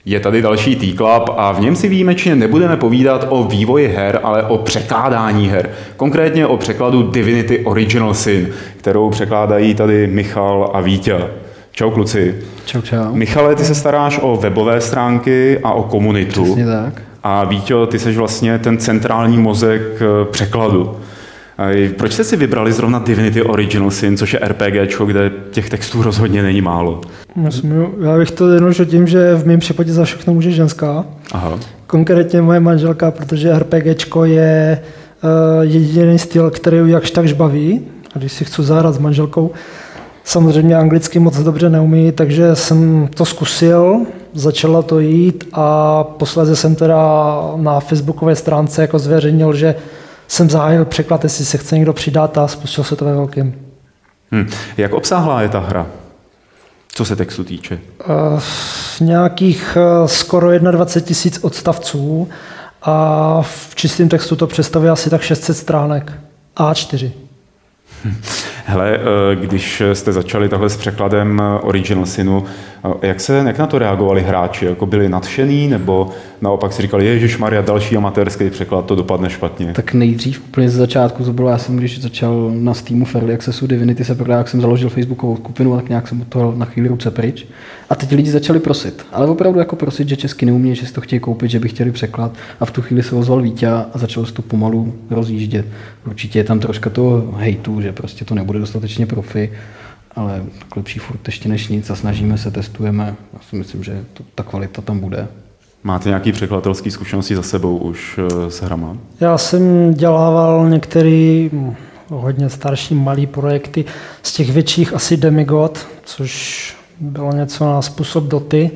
Je tady další T-Club a v něm si výjimečně nebudeme povídat o vývoji her, ale o překládání her. Konkrétně o překladu Divinity Original Sin, kterou překládají tady Michal a Víťa. Čau kluci. Čau, čau. Michale, ty se staráš o webové stránky a o komunitu. Přesně tak. A Víťo, ty seš vlastně ten centrální mozek překladu. Proč jste si vybrali zrovna Divinity Original Sin, což je RPGčko, kde těch textů rozhodně není málo? Já bych to jednoduše tím, že v mém případě za všechno může ženská. Aha. Konkrétně moje manželka, protože RPGčko je jediný styl, který jakž takž baví. A když si chci zahrát s manželkou, samozřejmě anglicky moc dobře neumí, takže jsem to zkusil, začala to jít a posléze jsem teda na facebookové stránce jako zveřejnil, že jsem zahájil překlad, jestli se chce někdo přidat a spustil se to ve velkém. Jak obsáhlá je ta hra? Co se textu týče? Nějakých skoro 21 000 odstavců a v čistém textu to představuje asi tak 600 stránek. A4. Hele, když jste začali takhle s překladem Original Sinu, jak na to reagovali hráči? Jako byli nadšený, nebo naopak si říkali, ježišmarja, další amatérský překlad, to dopadne špatně? Tak nejdřív úplně ze začátku to bylo, já jsem když začal na Steamu v Early Accessu Divinity se prodávat, jak jsem založil facebookovou skupinu, tak nějak jsem od toho na chvíli ruce pryč. A teď lidi začali prosit, ale opravdu jako prosit, že česky neumí, že si to chtějí koupit, že by chtěli překlad. A v tu chvíli se ozval Víťa a začalo se to pomalu rozjíždět. Určitě je tam troška toho hejtu, že prostě to nebude dostatečně profi, ale tak lepší furt ještě než nic a snažíme se, testujeme. Já si myslím, že ta kvalita tam bude. Máte nějaké překladatelské zkušenosti za sebou už s hrama? Já jsem dělával některé hodně starší malý projekty, z těch větších asi Demigod, což bylo něco na způsob Doty.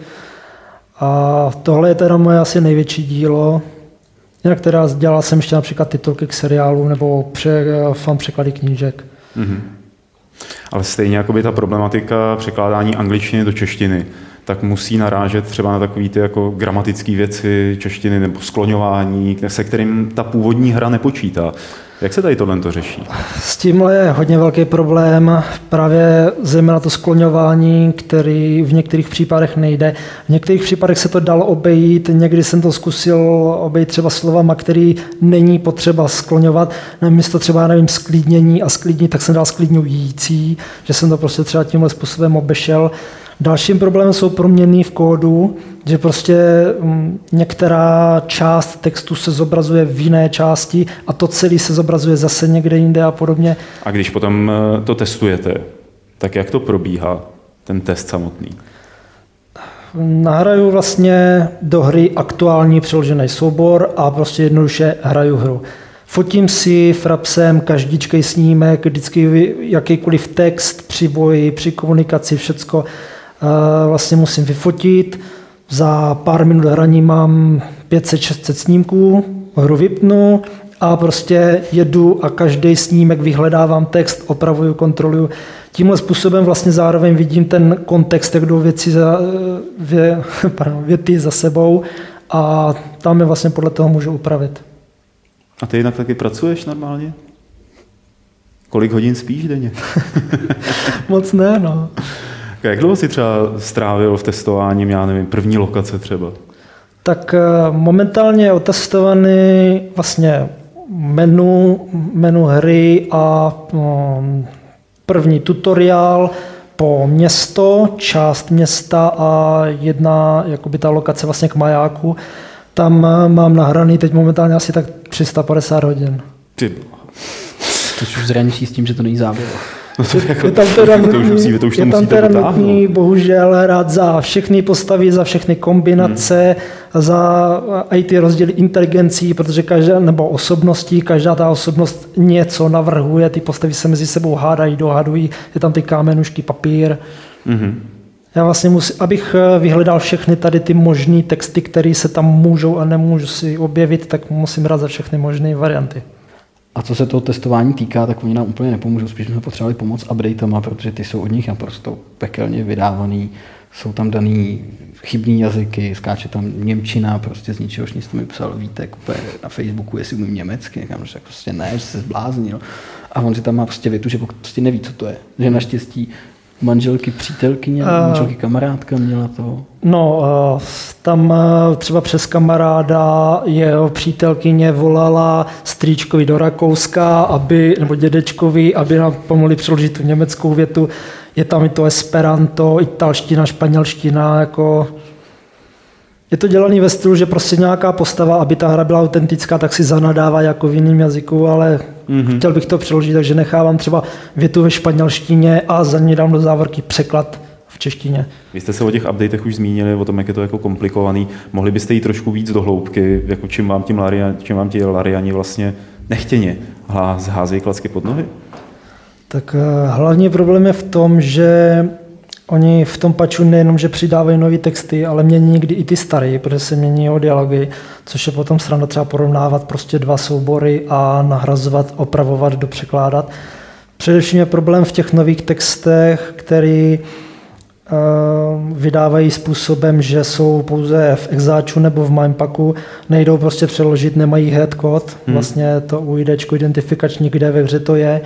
A tohle je teda moje asi největší dílo. Jinak teda dělal jsem ještě například titulky k seriálu nebo fan překlady knížek. Mm-hmm. Ale stejně jako by ta problematika překládání angličtiny do češtiny, tak musí narážet třeba na takové ty jako gramatické věci češtiny nebo skloňování, se kterým ta původní hra nepočítá. Jak se tady tohle řeší? S tímhle je hodně velký problém, právě zejména to skloňování, který v některých případech nejde. V některých případech se to dalo obejít, někdy jsem to zkusil obejít třeba slovama, který není potřeba skloňovat. Namísto třeba, nevím, sklidnění a sklidnit, tak jsem dal sklidňující, že jsem to prostě třeba tímhle způsobem obešel. Dalším problémem jsou proměny v kódu, že prostě některá část textu se zobrazuje v jiné části a to celé se zobrazuje zase někde jinde a podobně. A když potom to testujete, tak jak to probíhá, ten test samotný? Nahraju vlastně do hry aktuální přeložený soubor a prostě jednoduše hraju hru. Fotím si frapsem každičkej snímek, vždycky jakýkoliv text při boji, při komunikaci, všecko vlastně musím vyfotit. Za pár minut hraní mám 500-600 snímků, hru vypnu a prostě jedu a každý snímek vyhledávám text, opravuju, kontroluju. Tímhle způsobem vlastně zároveň vidím ten kontext, jak jdou věty za sebou a tam je vlastně podle toho můžu upravit. A ty jinak taky pracuješ normálně? Kolik hodin spíš denně? Moc ne, no. Jak dlouho jsi třeba strávil v testování, já nevím, první lokace třeba? Tak momentálně je otestovaný vlastně menu hry a první tutoriál po město, část města a jedna jakoby ta lokace vlastně k majáku. Tam mám nahraný teď momentálně asi tak 350 hodin. Ty. To už zraničí s tím, že to není zábava. Je tam teda nutný bohužel hrát za všechny postavy, za všechny kombinace, za i ty rozdíly inteligencí, protože každá, nebo osobností, každá ta osobnost něco navrhuje, ty postavy se mezi sebou hádají, dohadují, je tam ty kámenušky, papír. Mm-hmm. Já vlastně musím, abych vyhledal všechny tady ty možné texty, které se tam můžou a nemůžou si objevit, tak musím hrát za všechny možné varianty. A co se toho testování týká, tak oni nám úplně nepomůžou, spíš jsme potřebovali pomoc updatama, protože ty jsou od nich naprosto pekelně vydávaný, jsou tam daný chybný jazyky, skáče tam němčina, prostě z ničehož nic to mi psal Vítek úplně na Facebooku, jestli umím německy, říkám, že prostě ne, že se zbláznil. A on si tam má prostě větu, že prostě neví, co to je. Že naštěstí manželky přítelkyně, manželky kamarádka měla to? No, tam třeba přes kamaráda jeho přítelkyně volala strýčkovi do Rakouska, nebo dědečkovi, aby nám pomohli přeložit tu německou větu. Je tam i to esperanto, italština, španělština, jako... Je to dělaný ve stylu, že prostě nějaká postava, aby ta hra byla autentická, tak si zanadává jako v jiném jazyku, ale chtěl bych to přeložit, takže nechávám třeba větu ve španělštině a za ní dám do závorky překlad v češtině. Vy jste se o těch updatech už zmínili, o tom, jak je to jako komplikovaný. Mohli byste jít trošku víc do hloubky, jako čím vám ti Lariani vlastně nechtěně házejí klacky pod nohy? Tak hlavní problém je v tom, že oni v tom patchu nejenom, že přidávají nové texty, ale mění někdy i ty staré, protože se mění o dialogy, což je potom sranda třeba porovnávat prostě dva soubory a nahrazovat, opravovat, dopřekládat. Především je problém v těch nových textech, který vydávají způsobem, že jsou pouze v exáču nebo v mindpacku, nejdou prostě přeložit, nemají headcode, vlastně to UIDčko identifikační, kde ve hře to je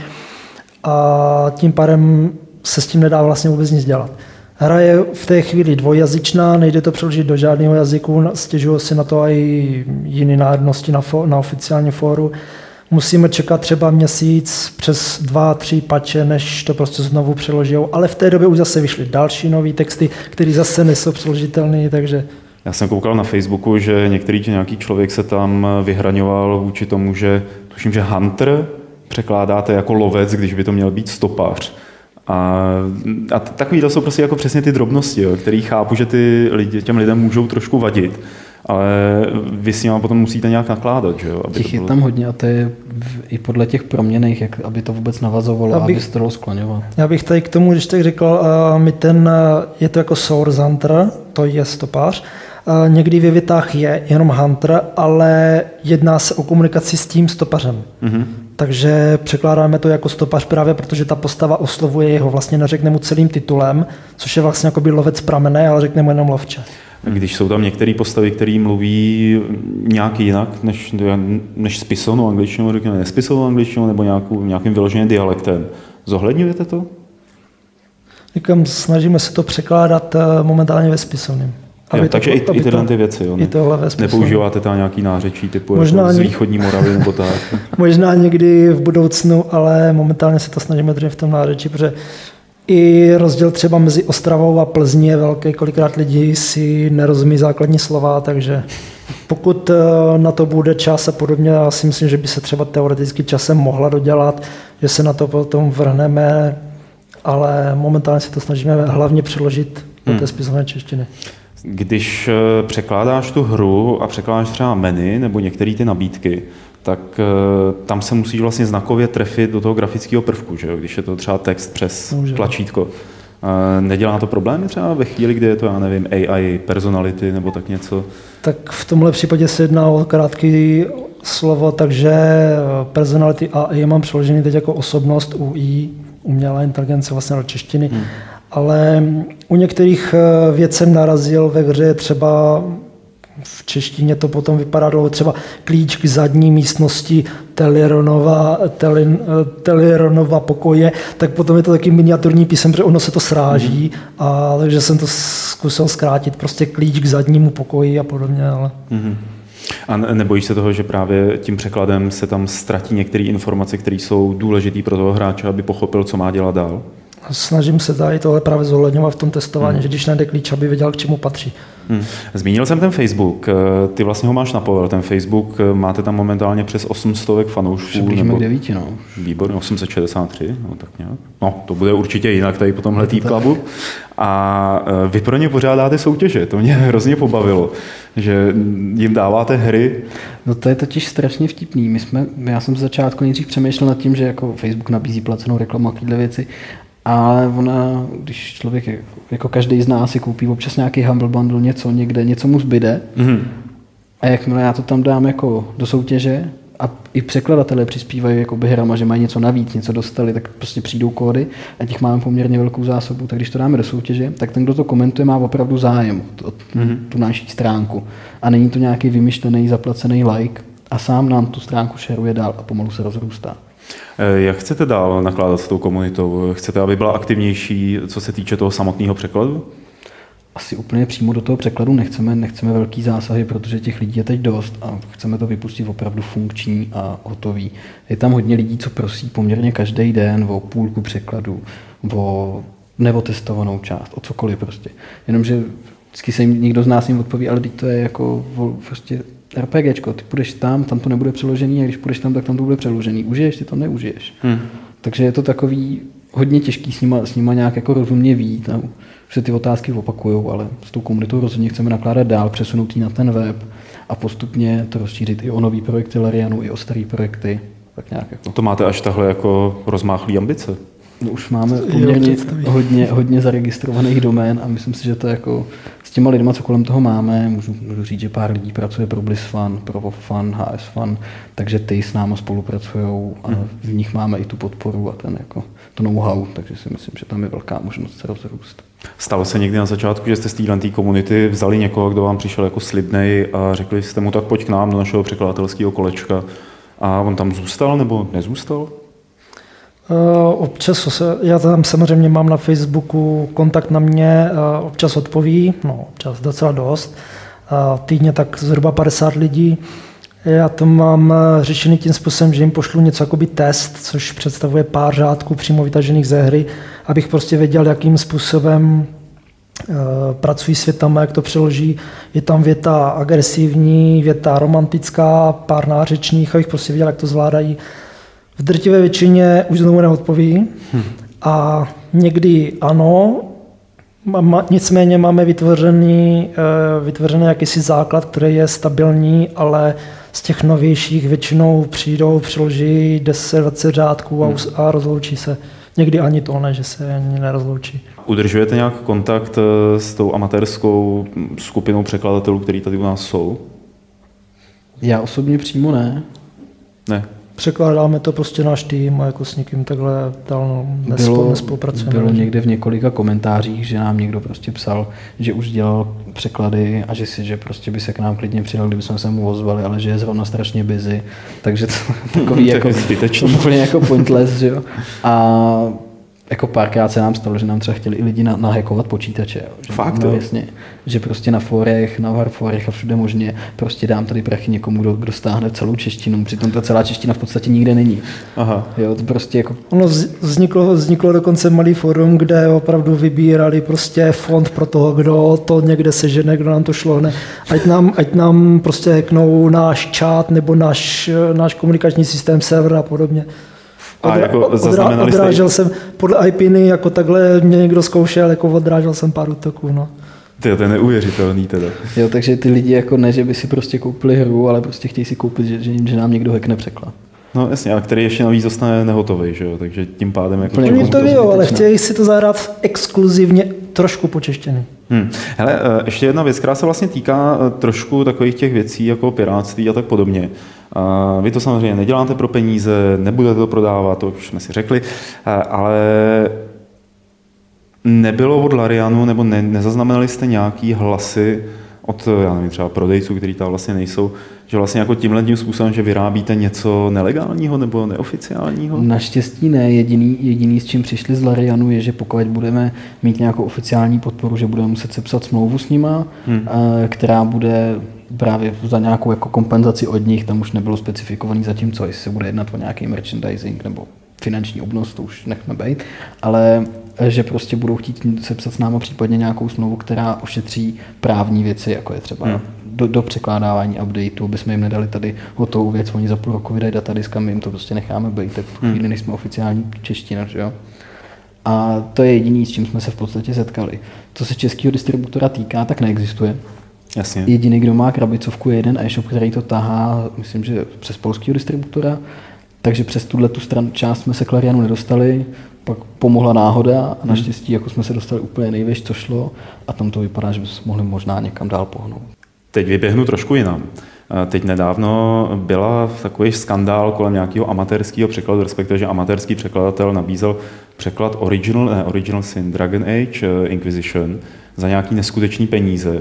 a tím pádem se s tím nedá vlastně vůbec nic dělat. Hra je v té chvíli dvojjazyčná, nejde to přeložit do žádného jazyku, stěžují si na to i jiné národnosti na oficiální fóru. Musíme čekat třeba měsíc přes 2-3 patche, než to prostě znovu přeložijou, ale v té době už zase vyšly další nové texty, které zase nejsou přeložitelné, takže... Já jsem koukal na Facebooku, že nějaký člověk se tam vyhraňoval vůči tomu, že tuším, že hunter překládáte jako lovec, když by to měl být stopář. A takovýhle jsou prostě jako přesně ty drobnosti, jo, který chápu, že těm lidem můžou trošku vadit, ale vy s nimi potom musíte nějak nakládat. Že jo, aby těch je tam hodně a to je i podle těch proměnných, aby to vůbec navazovalo, aby se to dalo skloňovat. Já bych tady k tomu, když tak řekl, je to jako source hunter, to je stopář. Někdy ve větách je jenom hunter, ale jedná se o komunikaci s tím stopařem. Mm-hmm. Takže překládáme to jako stopař právě, protože ta postava oslovuje jeho, vlastně neřekne mu celým titulem, což je vlastně jako by lovec pramené, ale řekne mu jenom lovče. Když jsou tam některé postavy, které mluví nějak jinak než spisovnou angličtinou, řekněme nespisovnou angličtinou nebo nějakým vyloženým dialektem, zohledňujete to? Říkám, snažíme se to překládat momentálně ve spisovném. Takže i tyhle ty věci, jo? Nepoužíváte tam nějaký nářečí typu jako z východní Moravy nebo tak? Možná někdy v budoucnu, ale momentálně se to snažíme držet v tom nářečí, protože i rozdíl třeba mezi Ostravou a Plzní je velký, kolikrát lidi si nerozumí základní slova, takže pokud na to bude čas a podobně, já si myslím, že by se třeba teoreticky časem mohla dodělat, že se na to potom vrhneme, ale momentálně se to snažíme hlavně přeložit do té spisovné češtiny. Když překládáš tu hru a překládáš třeba menu nebo některé ty nabídky, tak tam se musíš vlastně znakově trefit do toho grafického prvku, že jo? Když je to třeba text přes tlačítko. Nedělá to problémy třeba ve chvíli, kdy je to, já nevím, AI, personality nebo tak něco? Tak v tomhle případě se jedná o krátké slovo, takže personality AI mám přeložený teď jako osobnost UI, umělá inteligence vlastně do češtiny. Ale u některých věcí jsem narazil ve hře, třeba v češtině to potom vypadá dlouho, třeba klíč k zadní místnosti Teleronova pokoje, tak potom je to taky miniaturní písem, protože ono se to sráží, a takže jsem to zkusil zkrátit, prostě klíč k zadnímu pokoji a podobně. Ale... A nebojíš se toho, že právě tím překladem se tam ztratí některé informace, které jsou důležité pro toho hráče, aby pochopil, co má dělat dál? Snažím se tady tohle právě zohledňovat v tom testování, že když najde klíč, aby věděl, k čemu patří. Zmínil jsem ten Facebook, ty vlastně ho máš na povel, ten Facebook, máte tam momentálně přes 800 fanoušků. Přibližíme k 9, no. Výborně, 863, no tak nějak. No, to bude určitě jinak tady po tomhle Clubu. A vy pro ně pořádáte soutěže, to mě hrozně pobavilo, že jim dáváte hry. No to je totiž strašně vtipný. Já jsem z začátku nejdřív přemýšlel nad tím, že jako Facebook nabízí placenou reklamu a tyhle věci, ale ona, když člověk, jako každý z nás si koupí občas nějaký Humble Bundle, něco někde, něco mu zbyde, a jakmile já to tam dám jako do soutěže a i překladatelé přispívají jako hrama, že mají něco navíc, něco dostali, tak prostě přijdou kódy a těch máme poměrně velkou zásobu, tak když to dáme do soutěže, tak ten, kdo to komentuje, má opravdu zájem o tu naší stránku a není to nějaký vymyšlený, zaplacený like. a sám nám tu stránku šeruje dál a pomalu se rozrůstá. Jak chcete dál nakládat s tou komunitou? Chcete, aby byla aktivnější, co se týče toho samotného překladu? Asi úplně přímo do toho překladu nechceme velký zásahy, protože těch lidí je teď dost a chceme to vypustit opravdu funkční a hotový. Je tam hodně lidí, co prosí poměrně každý den o půlku překladu, o neotestovanou část, o cokoliv prostě. Jenomže vždycky se jim nikdo z nás jim odpoví, ale teď to je jako prostě RPGčko, ty půjdeš tam to nebude přeložený, a když půjdeš tam, tak tam to bude přeložený. Užiješ, ty to neužiješ. Takže je to takový hodně těžký s nima nějak jako rozumně vyjít. Už se ty otázky opakujou, ale s tou komunitou rozhodně chceme nakládat dál, přesunout ji na ten web a postupně to rozšířit i o nový projekty Larianu, i o starý projekty. Tak nějak jako. To máte až tahle jako rozmáchlý ambice? No, už máme poměrně hodně zaregistrovaných domén a myslím si, že to jako s těma lidma, co kolem toho máme, můžu říct, že pár lidí pracuje pro BlizzFun, pro WoWFun, HSFun, takže ty s námi spolupracujou a v nich máme i tu podporu a ten jako to know-how, takže si myslím, že tam je velká možnost se rozrůst. Stalo se někdy na začátku, že jste z té komunity vzali někoho, kdo vám přišel jako slibnej a řekli jste mu, tak pojď k nám do našeho překladatelského kolečka a on tam zůstal nebo nezůstal? Občas, já tam samozřejmě mám na Facebooku kontakt na mě, občas odpoví, občas docela dost, týdně tak zhruba 50 lidí. Já to mám řešený tím způsobem, že jim pošlu něco jakoby test, což představuje pár řádků přímo vytažených ze hry, abych prostě věděl, jakým způsobem pracují s větama, jak to přeloží. Je tam věta agresivní, věta romantická, pár nářečných, abych prostě věděl, jak to zvládají. V drtivé většině už znovu neodpoví a někdy ano, nicméně máme vytvořený jakýsi základ, který je stabilní, ale z těch novějších většinou přijdou, přiloží 10-20 řádků a rozloučí se. Někdy ani to ne, že se ani nerozloučí. Udržujete nějak kontakt s tou amatérskou skupinou překladatelů, který tady u nás jsou? Já osobně přímo ne. Ne. Překládáme to prostě náš tým a jako s někým takhle dál nespolupracujeme. Bylo někde v několika komentářích, že nám někdo prostě psal, že už dělal překlady a že prostě by se k nám klidně přidal, kdybychom se mu ozvali, ale že je zrovna strašně busy. Takže to takový jako úplně jako pointless, že jo. A jako párkrát se nám stalo, že nám třeba chtěli i lidi nahackovat počítače. Jo. Že fakt, jasně, že prostě na forech, na warforech a všude možně prostě dám tady prachy někomu, kdo stáhne celou češtinu, přitom ta celá čeština v podstatě nikde není. Aha. Jo, to prostě jako... Ono vzniklo dokonce malý forum, kde opravdu vybírali prostě fond pro toho, kdo to někde sežene, kdo nám to šlohne. Ať nám prostě hacknou náš chat nebo náš komunikační systém, server a podobně. A jako odrážel jsem podle IPiny, jako takhle mě někdo zkoušel, jako odrážel jsem pár útoků, no. To je neuvěřitelný teda. Jo, takže ty lidi jako ne, že by si prostě koupili hru, ale prostě chtějí si koupit, že nám někdo hackne překlad. No jasně, ale který ještě navíc dostane nehotový, že jo, takže tím pádem jako... Oni to ví, ale chtějí si to zahrát exkluzivně trošku počeštěný. Hele, ještě jedna věc, která se vlastně týká trošku takových těch věcí jako pirátství a tak podobně. Vy to samozřejmě neděláte pro peníze, nebudete to prodávat, to už jsme si řekli, ale nebylo od Larianu, nebo nezaznamenali jste nějaký hlasy od, já nevím, třeba prodejců, kteří tam vlastně nejsou, že vlastně jako tímhle způsobem, že vyrábíte něco nelegálního nebo neoficiálního? Naštěstí ne. Jediný, s čím přišli z Larianu, je, že pokud budeme mít nějakou oficiální podporu, že budeme muset sepsat smlouvu s nima, která bude právě za nějakou jako kompenzaci od nich, tam už nebylo specifikovaný zatím, co jestli se bude jednat o nějaký merchandising nebo finanční obnos, to už nechme být, ale že prostě budou chtít sepsat s námi případně nějakou smlouvu, která ošetří právní věci, jako je třeba do překládávání updateu, aby jsme jim nedali tady hotovou věc, oni za půl roku vydají datadisk a my jim to prostě necháme být, tak v tu chvíli nejsme oficiální čeština, že jo. A to je jediný, s čím jsme se v podstatě setkali. Co se českého distributora týká, tak neexistuje. Jasně. Jediný, kdo má krabicovku, je jeden e-shop, který to tahá, myslím, že přes polského distributora, takže přes tuto část jsme se k Larianu nedostali, pak pomohla náhoda a naštěstí jako jsme se dostali úplně nejvíc, co šlo a tam to vypadá, že bychom mohli možná někam dál pohnout. Teď vyběhnu trošku jinam. Teď nedávno byla takový skandál kolem nějakého amatérského překladu, respektive, že amatérský překladatel nabízel překlad Original Sin, Dragon Age Inquisition za nějaký neskutečný peníze.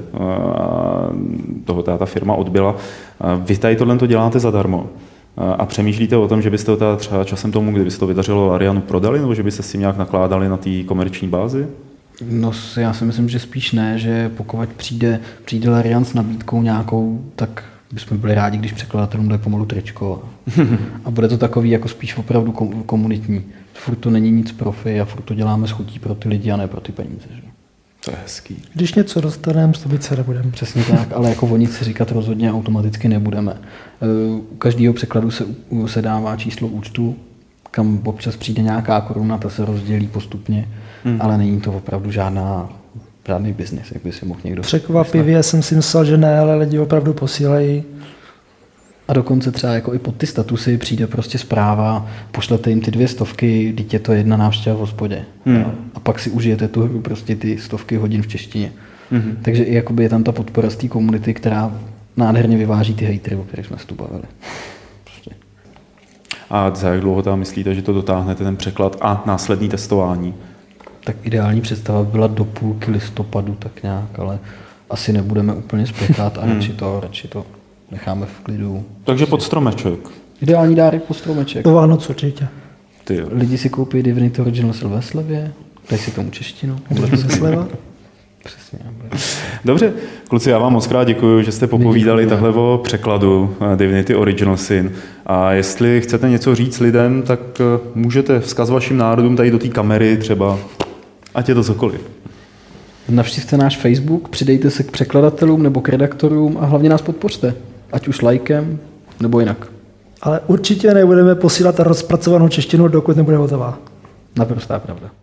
Toho ta firma odbyla. Vy tady tohle to děláte zadarmo. A přemýšlíte o tom, že byste to třeba časem tomu, kdyby se to vydařilo, Larianu prodali, nebo že byste s tím nějak nakládali na té komerční bázi? No, já si myslím, že spíš ne, že pokud přijde Larian s nabídkou nějakou, tak bychom byli rádi, když překladatelům dají pomalu tričko. A bude to takový jako spíš opravdu komunitní. Furt to není nic profi a furt to děláme s chutí pro ty lidi a ne pro ty peníze. Že? To je hezký. Když něco dostaneme, slabit se nebudeme. Přesně tak, ale jako o nic si říkat rozhodně automaticky nebudeme. U každého překladu se dává číslo účtu, kam občas přijde nějaká koruna, ta se rozdělí postupně, ale není to opravdu žádný biznis, jak by si mohl někdo. Překvapivě jsem si myslel, že ne, ale lidi opravdu posílají. A dokonce třeba jako i pod ty statusy přijde prostě zpráva, pošlete jim ty 200, dítě to je 1 návštěva v hospodě. A pak si užijete tu hru prostě ty 100 hodin v češtině. Takže i jakoby je tam ta podpora z té komunity, která nádherně vyváží ty hejtry, o kterých jsme se tu bavili. Prostě. A za jak dlouho tam myslíte, že to dotáhnete, ten překlad a následný testování? Tak ideální představa byla do půlky listopadu tak nějak, ale asi nebudeme úplně spěchat a radši to necháme v klidu. Takže pod stromeček. Ideální dárek pod stromeček. Do Vánoc určitě. Lidi si koupí Divinity Original Sin ve slevě, dají si tomu češtinu. Bude to sleva? Přesně. Dobře, kluci, já vám moc krát děkuji, že jste popovídali takhle o překladu Divinity Original Sin. A jestli chcete něco říct lidem, tak můžete vzkaz vašim národům tady do té kamery třeba, ať je to cokoliv. Navštivte náš Facebook, přidejte se k překladatelům nebo k redaktorům a hlavně nás podpořte. Ať už lajkem, nebo jinak. Ale určitě nebudeme posílat rozpracovanou češtinu, dokud nebude hotová. Naprostá pravda.